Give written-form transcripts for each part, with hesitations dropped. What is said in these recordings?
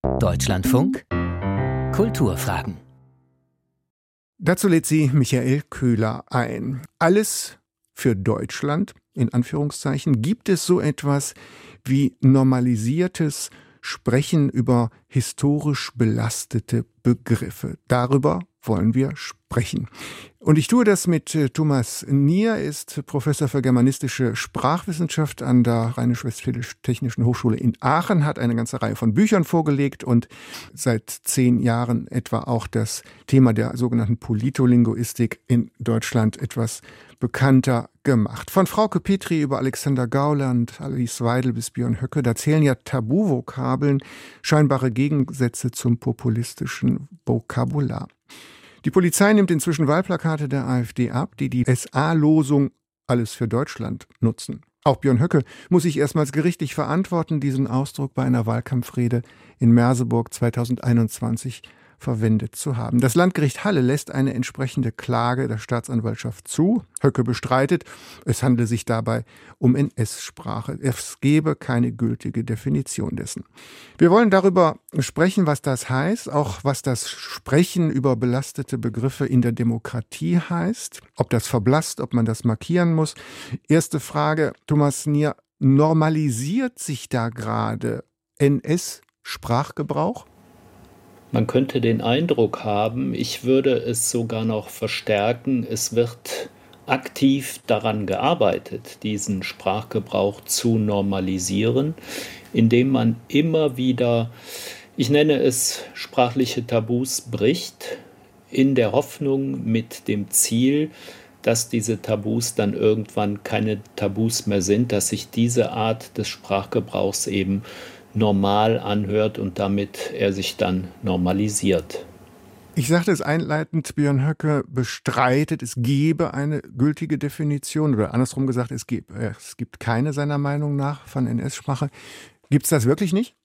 Deutschlandfunk Kulturfragen. Dazu lädt sie Michael Köhler ein. Alles für Deutschland, in Anführungszeichen. Gibt es so etwas wie normalisiertes Sprechen über historisch belastete Begriffe? Darüber wollen wir sprechen. Und ich tue das mit Thomas Nier, ist Professor für germanistische Sprachwissenschaft an der Rheinisch-Westfälisch-Technischen Hochschule in Aachen, hat eine ganze Reihe von Büchern vorgelegt und seit 10 Jahren etwa auch das Thema der sogenannten Politolinguistik in Deutschland etwas bekannter gemacht. Von Frauke Petri über Alexander Gauland, Alice Weidel bis Björn Höcke, da zählen ja Tabuvokabeln, scheinbare Gegensätze zum populistischen Vokabular. Die Polizei nimmt inzwischen Wahlplakate der AfD ab, die die SA-Losung Alles für Deutschland nutzen. Auch Björn Höcke muss sich erstmals gerichtlich verantworten, diesen Ausdruck bei einer Wahlkampfrede in Merseburg 2021 verwendet zu haben. Das Landgericht Halle lässt eine entsprechende Klage der Staatsanwaltschaft zu. Höcke bestreitet, es handle sich dabei um NS-Sprache. Es gebe keine gültige Definition dessen. Wir wollen darüber sprechen, was das heißt, auch was das Sprechen über belastete Begriffe in der Demokratie heißt, ob das verblasst, ob man das markieren muss. Erste Frage, Thomas Nier, normalisiert sich da gerade NS-Sprachgebrauch? Man könnte den Eindruck haben, ich würde es sogar noch verstärken, es wird aktiv daran gearbeitet, diesen Sprachgebrauch zu normalisieren, indem man immer wieder, ich nenne es sprachliche Tabus, bricht, in der Hoffnung mit dem Ziel, dass diese Tabus dann irgendwann keine Tabus mehr sind, dass sich diese Art des Sprachgebrauchs eben normal anhört und damit er sich dann normalisiert. Ich sagte es einleitend, Björn Höcke bestreitet, es gebe eine gültige Definition oder andersrum gesagt, es gibt keine seiner Meinung nach von NS-Sprache. Gibt es das wirklich nicht?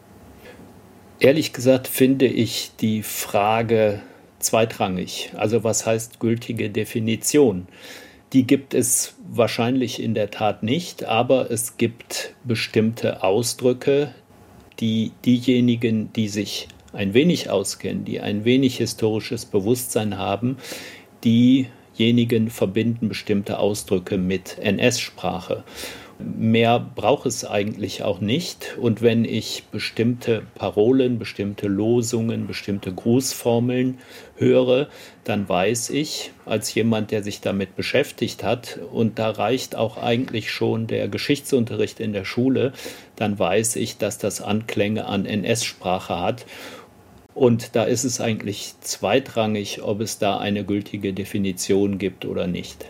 Ehrlich gesagt finde ich die Frage zweitrangig. Also was heißt gültige Definition? Die gibt es wahrscheinlich in der Tat nicht, aber es gibt bestimmte Ausdrücke, die diejenigen, die sich ein wenig auskennen, die ein wenig historisches Bewusstsein haben, diejenigen verbinden bestimmte Ausdrücke mit NS-Sprache. Mehr braucht es eigentlich auch nicht. Und wenn ich bestimmte Parolen, bestimmte Losungen, bestimmte Grußformeln höre, dann weiß ich, als jemand, der sich damit beschäftigt hat, und da reicht auch eigentlich schon der Geschichtsunterricht in der Schule, dann weiß ich, dass das Anklänge an NS-Sprache hat. Und da ist es eigentlich zweitrangig, ob es da eine gültige Definition gibt oder nicht.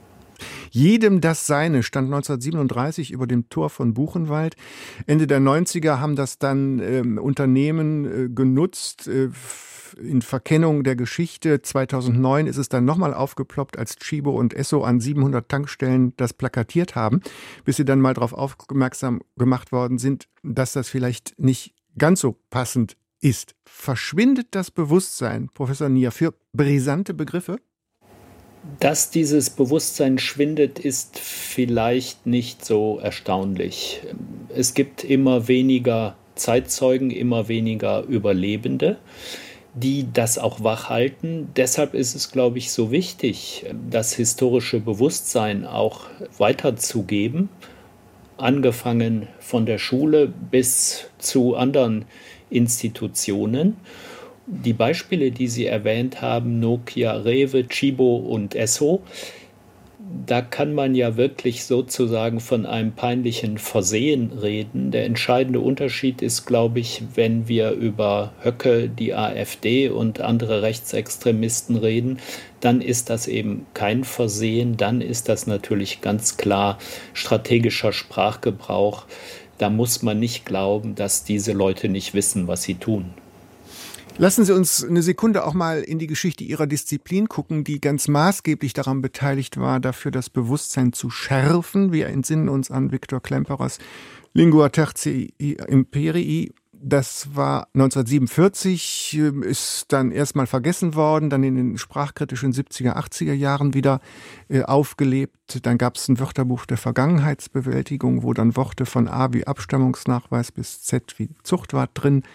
Jedem das Seine stand 1937 über dem Tor von Buchenwald. Ende der 90er haben das dann Unternehmen genutzt in Verkennung der Geschichte. 2009 ist es dann nochmal aufgeploppt, als Tchibo und Esso an 700 Tankstellen das plakatiert haben, bis sie dann mal darauf aufmerksam gemacht worden sind, dass das vielleicht nicht ganz so passend ist. Verschwindet das Bewusstsein, Professor Nier, für brisante Begriffe? Dass dieses Bewusstsein schwindet, ist vielleicht nicht so erstaunlich. Es gibt immer weniger Zeitzeugen, immer weniger Überlebende, die das auch wachhalten. Deshalb ist es, glaube ich, so wichtig, das historische Bewusstsein auch weiterzugeben, angefangen von der Schule bis zu anderen Institutionen. Die Beispiele, die Sie erwähnt haben, Nokia, Rewe, Tchibo und Esso, da kann man ja wirklich sozusagen von einem peinlichen Versehen reden. Der entscheidende Unterschied ist, glaube ich, wenn wir über Höcke, die AfD und andere Rechtsextremisten reden, dann ist das eben kein Versehen, dann ist das natürlich ganz klar strategischer Sprachgebrauch. Da muss man nicht glauben, dass diese Leute nicht wissen, was sie tun. Lassen Sie uns eine Sekunde auch mal in die Geschichte Ihrer Disziplin gucken, die ganz maßgeblich daran beteiligt war, dafür das Bewusstsein zu schärfen. Wir entsinnen uns an Viktor Klemperers Lingua Tertii Imperii. Das war 1947, ist dann erstmal vergessen worden, dann in den sprachkritischen 70er, 80er Jahren wieder aufgelebt. Dann gab es ein Wörterbuch der Vergangenheitsbewältigung, wo dann Worte von A wie Abstammungsnachweis bis Z wie Zuchtwart drin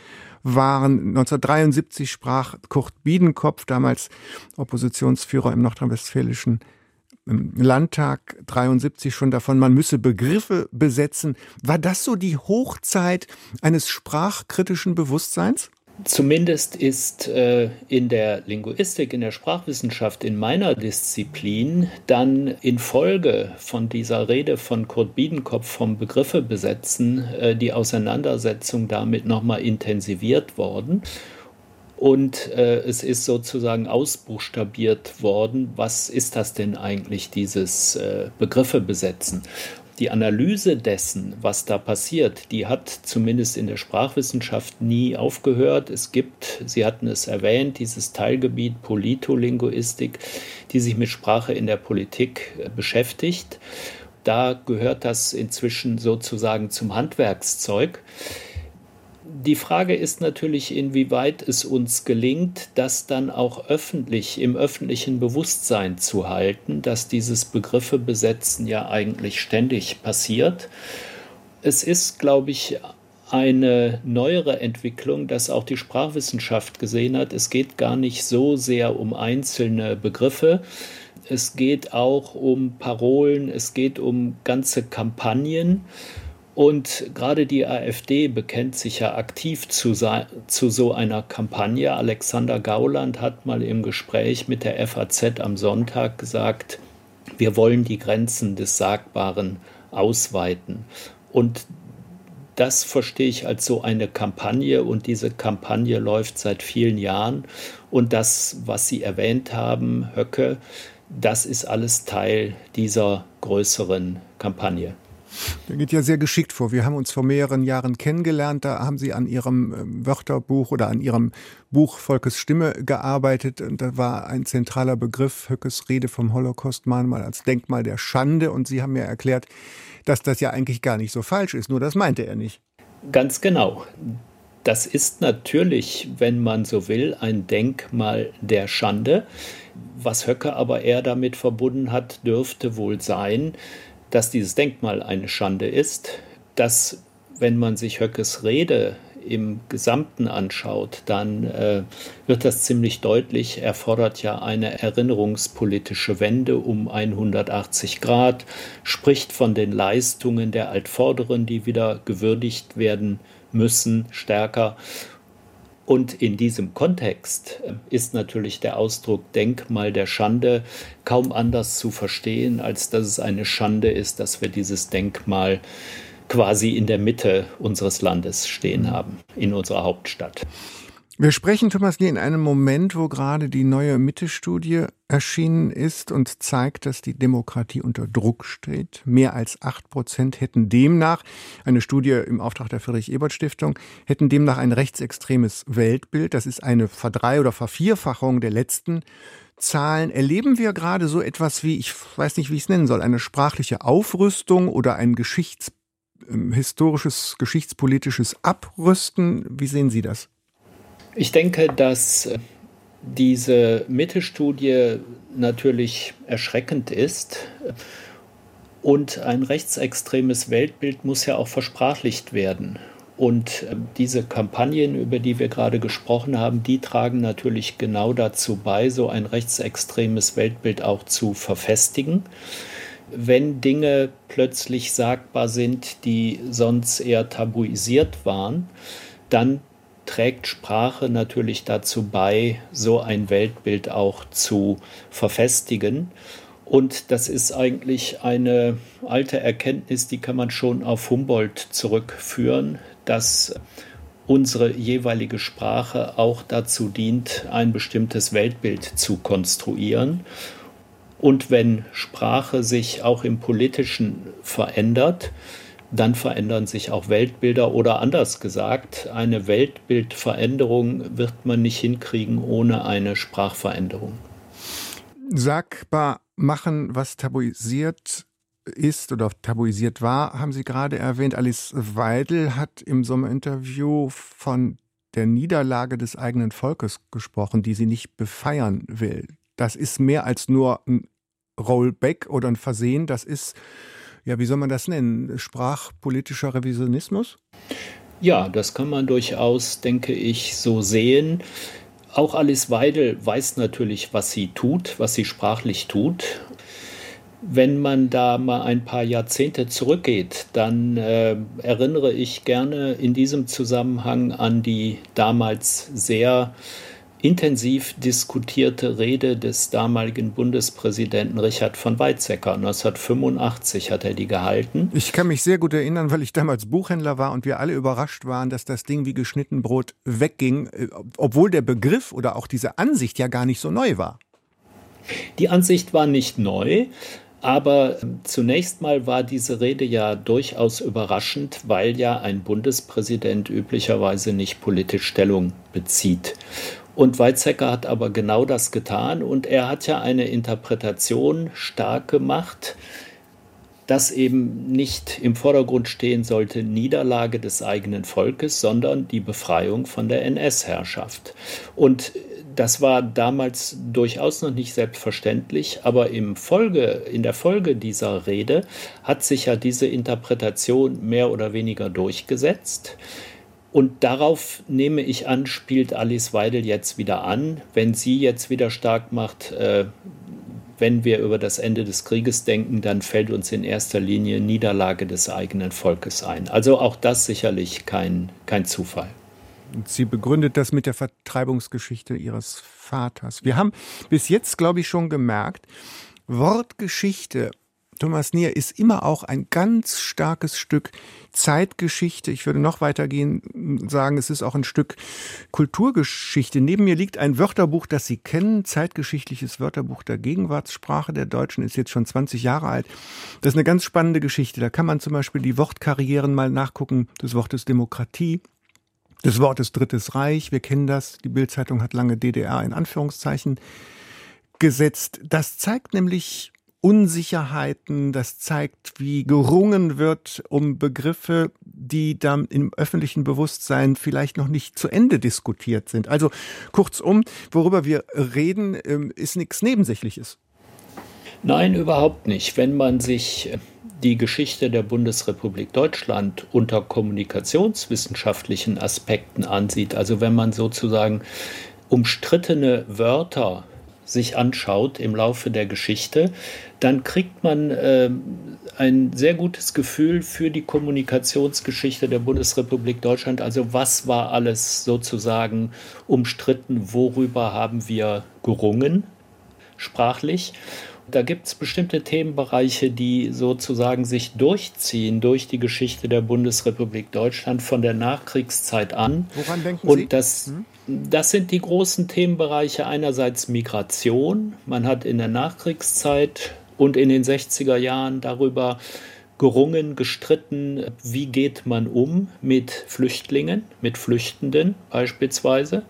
waren. 1973 sprach Kurt Biedenkopf, damals Oppositionsführer im nordrhein-westfälischen Landtag, 73 schon davon, man müsse Begriffe besetzen. War das so die Hochzeit eines sprachkritischen Bewusstseins? Zumindest ist in der Linguistik, in der Sprachwissenschaft, in meiner Disziplin dann infolge von dieser Rede von Kurt Biedenkopf vom Begriffe besetzen, die Auseinandersetzung damit nochmal intensiviert worden. Und es ist sozusagen ausbuchstabiert worden, was ist das denn eigentlich, dieses Begriffe besetzen? Die Analyse dessen, was da passiert, die hat zumindest in der Sprachwissenschaft nie aufgehört. Es gibt, Sie hatten es erwähnt, dieses Teilgebiet Politolinguistik, die sich mit Sprache in der Politik beschäftigt. Da gehört das inzwischen sozusagen zum Handwerkszeug. Die Frage ist natürlich, inwieweit es uns gelingt, das dann auch öffentlich, im öffentlichen Bewusstsein zu halten, dass dieses Begriffe-Besetzen ja eigentlich ständig passiert. Es ist, glaube ich, eine neuere Entwicklung, dass auch die Sprachwissenschaft gesehen hat, es geht gar nicht so sehr um einzelne Begriffe, es geht auch um Parolen, es geht um ganze Kampagnen. Und gerade die AfD bekennt sich ja aktiv zu so einer Kampagne. Alexander Gauland hat mal im Gespräch mit der FAZ am Sonntag gesagt, wir wollen die Grenzen des Sagbaren ausweiten. Und das verstehe ich als so eine Kampagne, und diese Kampagne läuft seit vielen Jahren. Und das, was Sie erwähnt haben, Höcke, das ist alles Teil dieser größeren Kampagne. Der geht ja sehr geschickt vor. Wir haben uns vor mehreren Jahren kennengelernt. Da haben Sie an Ihrem Wörterbuch oder an Ihrem Buch Volkes Stimme gearbeitet. Und da war ein zentraler Begriff, Höckes Rede vom Holocaust-Mahnmal als Denkmal der Schande. Und Sie haben mir erklärt, dass das ja eigentlich gar nicht so falsch ist. Nur das meinte er nicht. Ganz genau. Das ist natürlich, wenn man so will, ein Denkmal der Schande. Was Höcke aber eher damit verbunden hat, dürfte wohl sein, dass dieses Denkmal eine Schande ist, dass, wenn man sich Höckes Rede im Gesamten anschaut, dann wird das ziemlich deutlich. Er fordert ja eine erinnerungspolitische Wende um 180 Grad, spricht von den Leistungen der Altvorderen, die wieder gewürdigt werden müssen, stärker. Und in diesem Kontext ist natürlich der Ausdruck Denkmal der Schande kaum anders zu verstehen, als dass es eine Schande ist, dass wir dieses Denkmal quasi in der Mitte unseres Landes stehen haben, in unserer Hauptstadt. Wir sprechen, Thomas G., in einem Moment, wo gerade die neue Mitte-Studie erschienen ist und zeigt, dass die Demokratie unter Druck steht. Mehr als 8% hätten demnach, eine Studie im Auftrag der Friedrich-Ebert-Stiftung, hätten demnach ein rechtsextremes Weltbild. Das ist eine oder Vervierfachung der letzten Zahlen. Erleben wir gerade so etwas wie, ich weiß nicht, wie ich es nennen soll, eine sprachliche Aufrüstung oder ein geschichtspolitisches Abrüsten? Wie sehen Sie das? Ich denke, dass diese Mitte-Studie natürlich erschreckend ist. Und ein rechtsextremes Weltbild muss ja auch versprachlicht werden. Und diese Kampagnen, über die wir gerade gesprochen haben, die tragen natürlich genau dazu bei, so ein rechtsextremes Weltbild auch zu verfestigen. Wenn Dinge plötzlich sagbar sind, die sonst eher tabuisiert waren, dann trägt Sprache natürlich dazu bei, so ein Weltbild auch zu verfestigen. Und das ist eigentlich eine alte Erkenntnis, die kann man schon auf Humboldt zurückführen, dass unsere jeweilige Sprache auch dazu dient, ein bestimmtes Weltbild zu konstruieren. Und wenn Sprache sich auch im Politischen verändert, dann verändern sich auch Weltbilder, oder anders gesagt, eine Weltbildveränderung wird man nicht hinkriegen ohne eine Sprachveränderung. Sagbar machen, was tabuisiert ist oder tabuisiert war, haben Sie gerade erwähnt. Alice Weidel hat im Sommerinterview von der Niederlage des eigenen Volkes gesprochen, die sie nicht befeiern will. Das ist mehr als nur ein Rollback oder ein Versehen, das ist, ja, wie soll man das nennen? Sprachpolitischer Revisionismus? Ja, das kann man durchaus, denke ich, so sehen. Auch Alice Weidel weiß natürlich, was sie tut, was sie sprachlich tut. Wenn man da mal ein paar Jahrzehnte zurückgeht, dann erinnere ich gerne in diesem Zusammenhang an die damals sehr intensiv diskutierte Rede des damaligen Bundespräsidenten Richard von Weizsäcker. 1985 hat er die gehalten. Ich kann mich sehr gut erinnern, weil ich damals Buchhändler war und wir alle überrascht waren, dass das Ding wie geschnitten Brot wegging, obwohl der Begriff oder auch diese Ansicht ja gar nicht so neu war. Die Ansicht war nicht neu, aber zunächst mal war diese Rede ja durchaus überraschend, weil ja ein Bundespräsident üblicherweise nicht politisch Stellung bezieht. Und Weizsäcker hat aber genau das getan und er hat ja eine Interpretation stark gemacht, dass eben nicht im Vordergrund stehen sollte Niederlage des eigenen Volkes, sondern die Befreiung von der NS-Herrschaft. Und das war damals durchaus noch nicht selbstverständlich, aber in der Folge dieser Rede hat sich ja diese Interpretation mehr oder weniger durchgesetzt. Und darauf, nehme ich an, spielt Alice Weidel jetzt wieder an, wenn sie jetzt wieder stark macht, wenn wir über das Ende des Krieges denken, dann fällt uns in erster Linie Niederlage des eigenen Volkes ein. Also auch das sicherlich kein Zufall. Sie begründet das mit der Vertreibungsgeschichte ihres Vaters. Wir haben bis jetzt, glaube ich, schon gemerkt, Wortgeschichte, Thomas Nier, ist immer auch ein ganz starkes Stück Zeitgeschichte. Ich würde noch weitergehen, sagen, es ist auch ein Stück Kulturgeschichte. Neben mir liegt ein Wörterbuch, das Sie kennen, Zeitgeschichtliches Wörterbuch der Gegenwartssprache der Deutschen, ist jetzt schon 20 Jahre alt. Das ist eine ganz spannende Geschichte. Da kann man zum Beispiel die Wortkarrieren mal nachgucken, des Wortes Demokratie, des Wortes Drittes Reich. Wir kennen das. Die Bild-Zeitung hat lange DDR in Anführungszeichen gesetzt. Das zeigt nämlich Unsicherheiten, das zeigt, wie gerungen wird um Begriffe, die dann im öffentlichen Bewusstsein vielleicht noch nicht zu Ende diskutiert sind. Also kurzum, worüber wir reden, ist nichts Nebensächliches. Nein, überhaupt nicht. Wenn man sich die Geschichte der Bundesrepublik Deutschland unter kommunikationswissenschaftlichen Aspekten ansieht, also wenn man sozusagen umstrittene Wörter sich anschaut im Laufe der Geschichte, dann kriegt man ein sehr gutes Gefühl für die Kommunikationsgeschichte der Bundesrepublik Deutschland. Also was war alles sozusagen umstritten, worüber haben wir gerungen, sprachlich. Da gibt es bestimmte Themenbereiche, die sozusagen sich durchziehen durch die Geschichte der Bundesrepublik Deutschland von der Nachkriegszeit an. Woran denken Und Sie? das sind die großen Themenbereiche. Einerseits Migration. Man hat in der Nachkriegszeit und in den 60er Jahren darüber gerungen, gestritten, wie geht man um mit Flüchtlingen, mit Flüchtenden beispielsweise.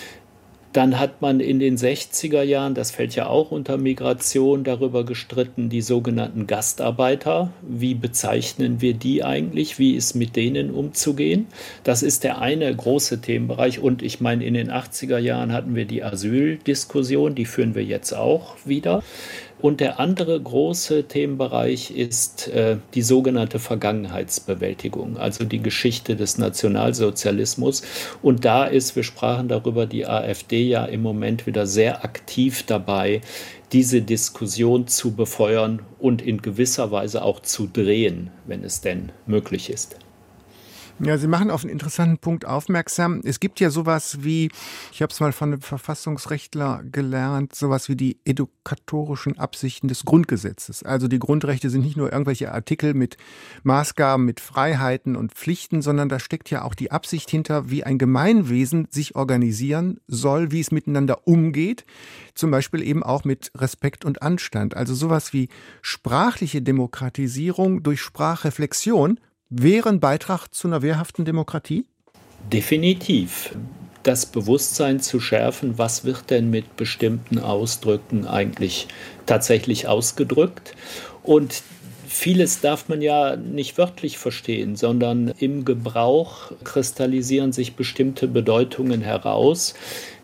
Dann hat man in den 60er Jahren, das fällt ja auch unter Migration, darüber gestritten, die sogenannten Gastarbeiter. Wie bezeichnen wir die eigentlich? Wie ist mit denen umzugehen? Das ist der eine große Themenbereich. Und ich meine, in den 80er Jahren hatten wir die Asyldiskussion, die führen wir jetzt auch wieder. Und der andere große Themenbereich ist die sogenannte Vergangenheitsbewältigung, also die Geschichte des Nationalsozialismus. Und da ist, wir sprachen darüber, die AfD ja im Moment wieder sehr aktiv dabei, diese Diskussion zu befeuern und in gewisser Weise auch zu drehen, wenn es denn möglich ist. Ja, Sie machen auf einen interessanten Punkt aufmerksam. Es gibt ja sowas wie, ich habe es mal von einem Verfassungsrechtler gelernt, sowas wie die edukatorischen Absichten des Grundgesetzes. Also die Grundrechte sind nicht nur irgendwelche Artikel mit Maßgaben, mit Freiheiten und Pflichten, sondern da steckt ja auch die Absicht hinter, wie ein Gemeinwesen sich organisieren soll, wie es miteinander umgeht. Zum Beispiel eben auch mit Respekt und Anstand. Also sowas wie sprachliche Demokratisierung durch Sprachreflexion wäre ein Beitrag zu einer wehrhaften Demokratie? Definitiv. Das Bewusstsein zu schärfen, was wird denn mit bestimmten Ausdrücken eigentlich tatsächlich ausgedrückt. Und vieles darf man ja nicht wörtlich verstehen, sondern im Gebrauch kristallisieren sich bestimmte Bedeutungen heraus.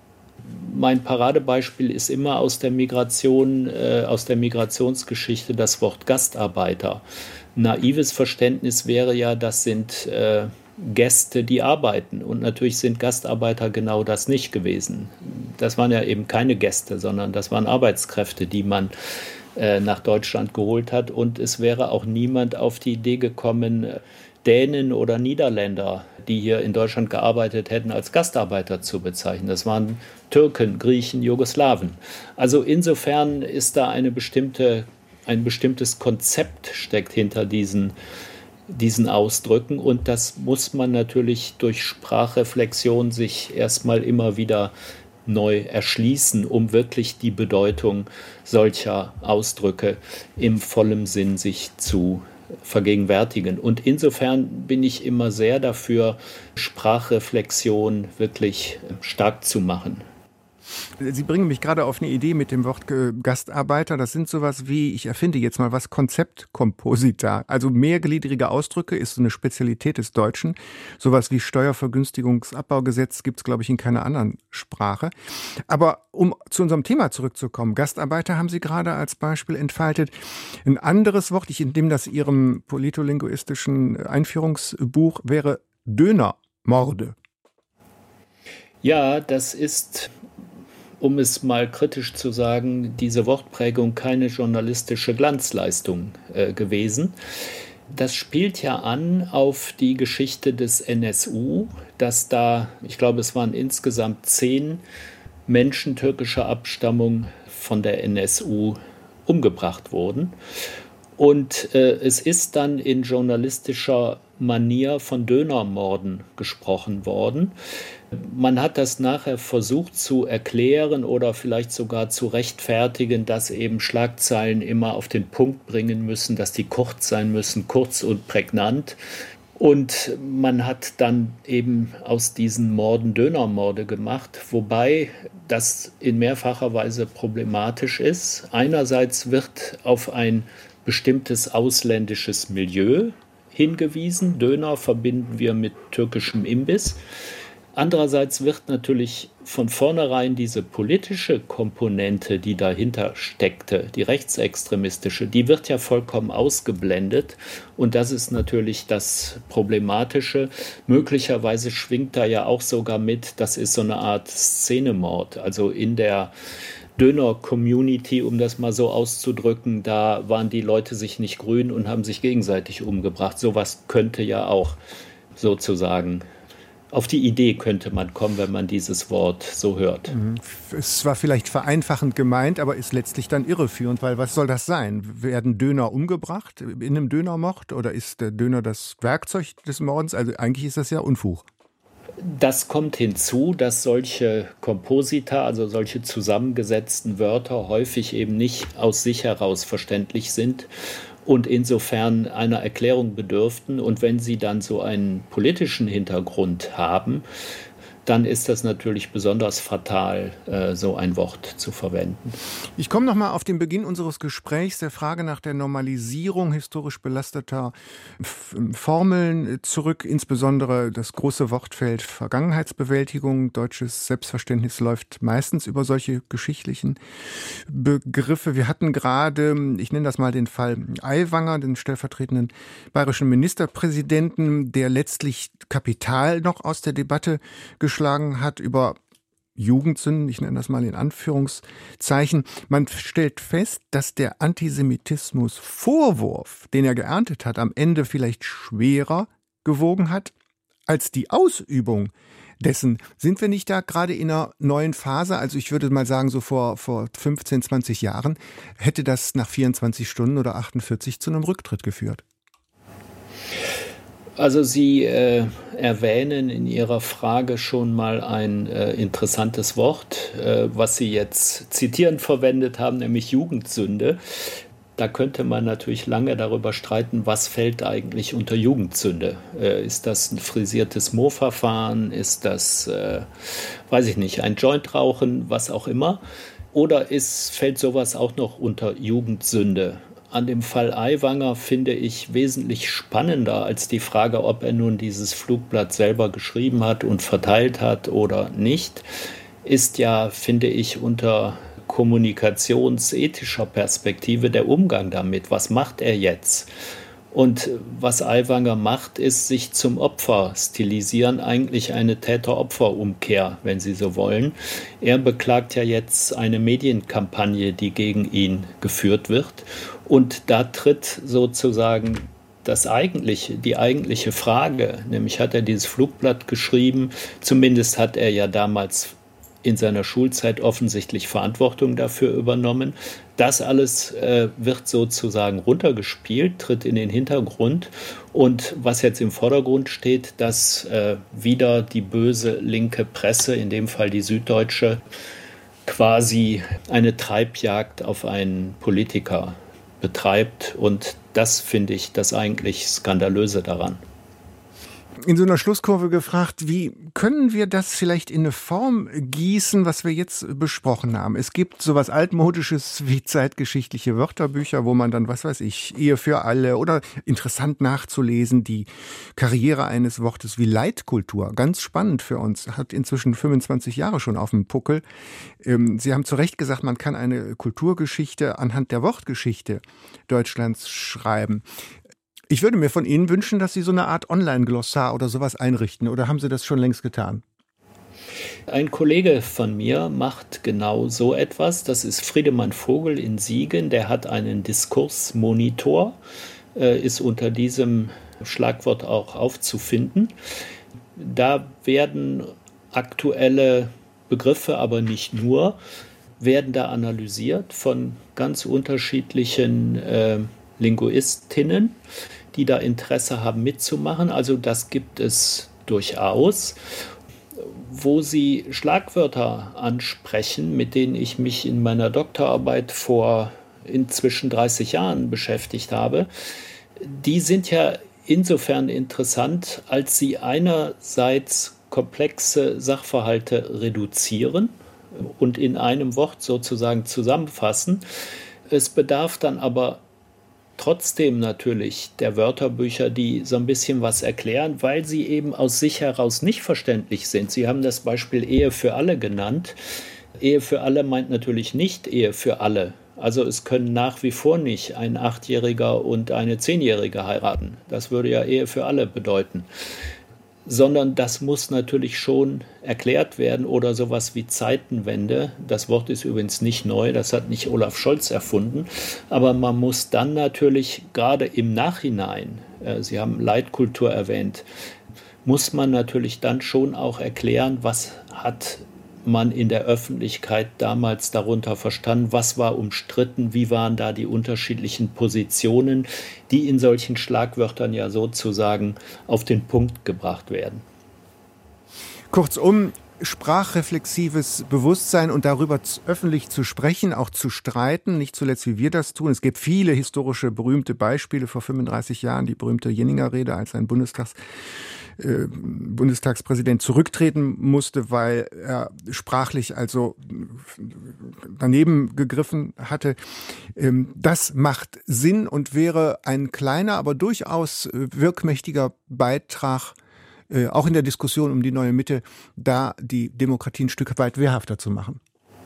Mein Paradebeispiel ist immer aus der Migration, aus der Migrationsgeschichte das Wort Gastarbeiter. Naives Verständnis wäre ja, das sind Gäste, die arbeiten. Und natürlich sind Gastarbeiter genau das nicht gewesen. Das waren ja eben keine Gäste, sondern das waren Arbeitskräfte, die man nach Deutschland geholt hat. Und es wäre auch niemand auf die Idee gekommen, Dänen oder Niederländer, die hier in Deutschland gearbeitet hätten, als Gastarbeiter zu bezeichnen. Das waren Türken, Griechen, Jugoslawen. Also insofern ist da ein bestimmtes Konzept steckt hinter diesen Ausdrücken, und das muss man natürlich durch Sprachreflexion sich erstmal immer wieder neu erschließen, um wirklich die Bedeutung solcher Ausdrücke im vollen Sinn sich zu vergegenwärtigen. Und insofern bin ich immer sehr dafür, Sprachreflexion wirklich stark zu machen. Sie bringen mich gerade auf eine Idee mit dem Wort Gastarbeiter. Das sind sowas wie, ich erfinde jetzt mal was, Konzeptkomposita. Also mehrgliedrige Ausdrücke ist so eine Spezialität des Deutschen. Sowas wie Steuervergünstigungsabbaugesetz gibt es, glaube ich, in keiner anderen Sprache. Aber um zu unserem Thema zurückzukommen, Gastarbeiter haben Sie gerade als Beispiel entfaltet. Ein anderes Wort, ich entnehme das Ihrem politolinguistischen Einführungsbuch, wäre Dönermorde. Ja, das ist, um es mal kritisch zu sagen, diese Wortprägung keine journalistische Glanzleistung gewesen. Das spielt ja an auf die Geschichte des NSU, dass da, ich glaube, es waren insgesamt 10 Menschen türkischer Abstammung von der NSU umgebracht wurden. Und es ist dann in journalistischer Manier von Dönermorden gesprochen worden. Man hat das nachher versucht zu erklären oder vielleicht sogar zu rechtfertigen, dass eben Schlagzeilen immer auf den Punkt bringen müssen, dass die kurz sein müssen, kurz und prägnant. Und man hat dann eben aus diesen Morden Dönermorde gemacht, wobei das in mehrfacher Weise problematisch ist. Einerseits wird auf ein bestimmtes ausländisches Milieu hingewiesen. Döner verbinden wir mit türkischem Imbiss. Andererseits wird natürlich von vornherein diese politische Komponente, die dahinter steckte, die rechtsextremistische, die wird ja vollkommen ausgeblendet. Und das ist natürlich das Problematische. Möglicherweise schwingt da ja auch sogar mit, das ist so eine Art Szenemord. Also in der Döner-Community, um das mal so auszudrücken, da waren die Leute sich nicht grün und haben sich gegenseitig umgebracht. Sowas könnte ja auch sozusagen, auf die Idee könnte man kommen, wenn man dieses Wort so hört. Es war vielleicht vereinfachend gemeint, aber ist letztlich dann irreführend, weil was soll das sein? Werden Döner umgebracht in einem Dönermord oder ist der Döner das Werkzeug des Mordens? Also eigentlich ist das ja Unfug. Das kommt hinzu, dass solche Komposita, also solche zusammengesetzten Wörter, häufig eben nicht aus sich heraus verständlich sind und insofern einer Erklärung bedürften. Und wenn sie dann so einen politischen Hintergrund haben, dann ist das natürlich besonders fatal, so ein Wort zu verwenden. Ich komme noch mal auf den Beginn unseres Gesprächs, der Frage nach der Normalisierung historisch belasteter Formeln zurück, insbesondere das große Wortfeld Vergangenheitsbewältigung. Deutsches Selbstverständnis läuft meistens über solche geschichtlichen Begriffe. Wir hatten gerade, ich nenne das mal den Fall Aiwanger, den stellvertretenden bayerischen Ministerpräsidenten, der letztlich Kapital noch aus der Debatte geschlagen hat über Jugendsünden, ich nenne das mal in Anführungszeichen. Man stellt fest, dass der Antisemitismus-Vorwurf, den er geerntet hat, am Ende vielleicht schwerer gewogen hat als die Ausübung dessen. Sind wir nicht da gerade in einer neuen Phase? Also ich würde mal sagen, so vor 15, 20 Jahren hätte das nach 24 Stunden oder 48 zu einem Rücktritt geführt. Also Sie erwähnen in Ihrer Frage schon mal ein interessantes Wort, was Sie jetzt zitierend verwendet haben, nämlich Jugendsünde. Da könnte man natürlich lange darüber streiten, was fällt eigentlich unter Jugendsünde. Ist das ein frisiertes Mo-Verfahren? Ist das, weiß ich nicht, ein Jointrauchen, was auch immer? Oder fällt sowas auch noch unter Jugendsünde? An dem Fall Aiwanger finde ich wesentlich spannender als die Frage, ob er nun dieses Flugblatt selber geschrieben hat und verteilt hat oder nicht, ist ja, finde ich, unter kommunikationsethischer Perspektive der Umgang damit. Was macht er jetzt? Und was Aiwanger macht, ist sich zum Opfer stilisieren, eigentlich eine Täter-Opfer-Umkehr, wenn Sie so wollen. Er beklagt ja jetzt eine Medienkampagne, die gegen ihn geführt wird. Und da tritt sozusagen die eigentliche Frage, nämlich hat er dieses Flugblatt geschrieben, zumindest hat er ja damals in seiner Schulzeit offensichtlich Verantwortung dafür übernommen. Das alles wird sozusagen runtergespielt, tritt in den Hintergrund. Und was jetzt im Vordergrund steht, dass wieder die böse linke Presse, in dem Fall die Süddeutsche, quasi eine Treibjagd auf einen Politiker betreibt. Und das finde ich das eigentlich Skandalöse daran. In so einer Schlusskurve gefragt, wie können wir das vielleicht in eine Form gießen, was wir jetzt besprochen haben? Es gibt sowas Altmodisches wie zeitgeschichtliche Wörterbücher, wo man dann, was weiß ich, Ehe für alle oder interessant nachzulesen, die Karriere eines Wortes wie Leitkultur, ganz spannend für uns, hat inzwischen 25 Jahre schon auf dem Puckel. Sie haben zu Recht gesagt, man kann eine Kulturgeschichte anhand der Wortgeschichte Deutschlands schreiben. Ich würde mir von Ihnen wünschen, dass Sie so eine Art Online-Glossar oder sowas einrichten. Oder haben Sie das schon längst getan? Ein Kollege von mir macht genau so etwas. Das ist Friedemann Vogel in Siegen. Der hat einen Diskursmonitor, ist unter diesem Schlagwort auch aufzufinden. Da werden aktuelle Begriffe, aber nicht nur, werden da analysiert von ganz unterschiedlichen Linguistinnen, die da Interesse haben mitzumachen. Also das gibt es durchaus. Wo Sie Schlagwörter ansprechen, mit denen ich mich in meiner Doktorarbeit vor inzwischen 30 Jahren beschäftigt habe, die sind ja insofern interessant, als sie einerseits komplexe Sachverhalte reduzieren und in einem Wort sozusagen zusammenfassen. Es bedarf dann aber trotzdem natürlich der Wörterbücher, die so ein bisschen was erklären, weil sie eben aus sich heraus nicht verständlich sind. Sie haben das Beispiel Ehe für alle genannt. Ehe für alle meint natürlich nicht Ehe für alle. Also es können nach wie vor nicht ein 8-Jähriger und eine 10-Jährige heiraten. Das würde ja Ehe für alle bedeuten. Sondern das muss natürlich schon erklärt werden oder sowas wie Zeitenwende. Das Wort ist übrigens nicht neu, das hat nicht Olaf Scholz erfunden. Aber man muss dann natürlich gerade im Nachhinein, Sie haben Leitkultur erwähnt, muss man natürlich dann schon auch erklären, was hat man in der Öffentlichkeit damals darunter verstanden, was war umstritten, wie waren da die unterschiedlichen Positionen, die in solchen Schlagwörtern ja sozusagen auf den Punkt gebracht werden. Kurzum, sprachreflexives Bewusstsein und darüber öffentlich zu sprechen, auch zu streiten, nicht zuletzt wie wir das tun. Es gibt viele historische berühmte Beispiele. Vor 35 Jahren die berühmte Jenninger-Rede, als ein Bundestagspräsident zurücktreten musste, weil er sprachlich also daneben gegriffen hatte. Das macht Sinn und wäre ein kleiner, aber durchaus wirkmächtiger Beitrag, auch in der Diskussion um die neue Mitte, da die Demokratie ein Stück weit wehrhafter zu machen.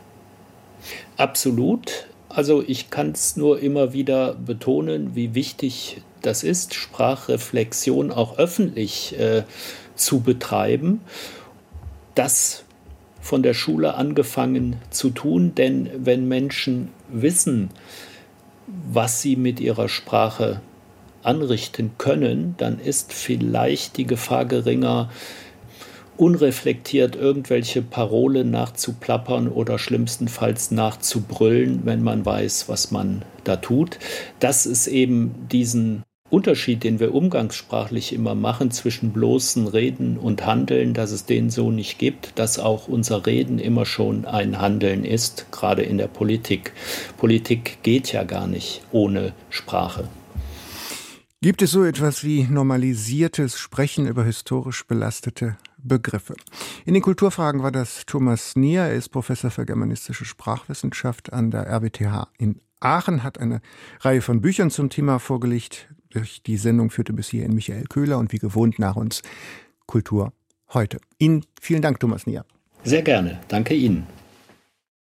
Absolut. Also ich kann es nur immer wieder betonen, wie wichtig das ist, Sprachreflexion auch öffentlich zu betreiben. Das von der Schule angefangen zu tun, denn wenn Menschen wissen, was sie mit ihrer Sprache anrichten können, dann ist vielleicht die Gefahr geringer, unreflektiert irgendwelche Parolen nachzuplappern oder schlimmstenfalls nachzubrüllen, wenn man weiß, was man da tut. Das ist eben diesen Unterschied, den wir umgangssprachlich immer machen zwischen bloßen Reden und Handeln, dass es den so nicht gibt, dass auch unser Reden immer schon ein Handeln ist, gerade in der Politik. Politik geht ja gar nicht ohne Sprache. Gibt es so etwas wie normalisiertes Sprechen über historisch belastete Begriffe? In den Kulturfragen war das Thomas Nier. Er ist Professor für germanistische Sprachwissenschaft an der RWTH in Aachen, hat eine Reihe von Büchern zum Thema vorgelegt. Durch die Sendung führte bis hierhin Michael Köhler und wie gewohnt nach uns Kultur heute. Ihnen vielen Dank, Thomas Nier. Sehr gerne. Danke Ihnen.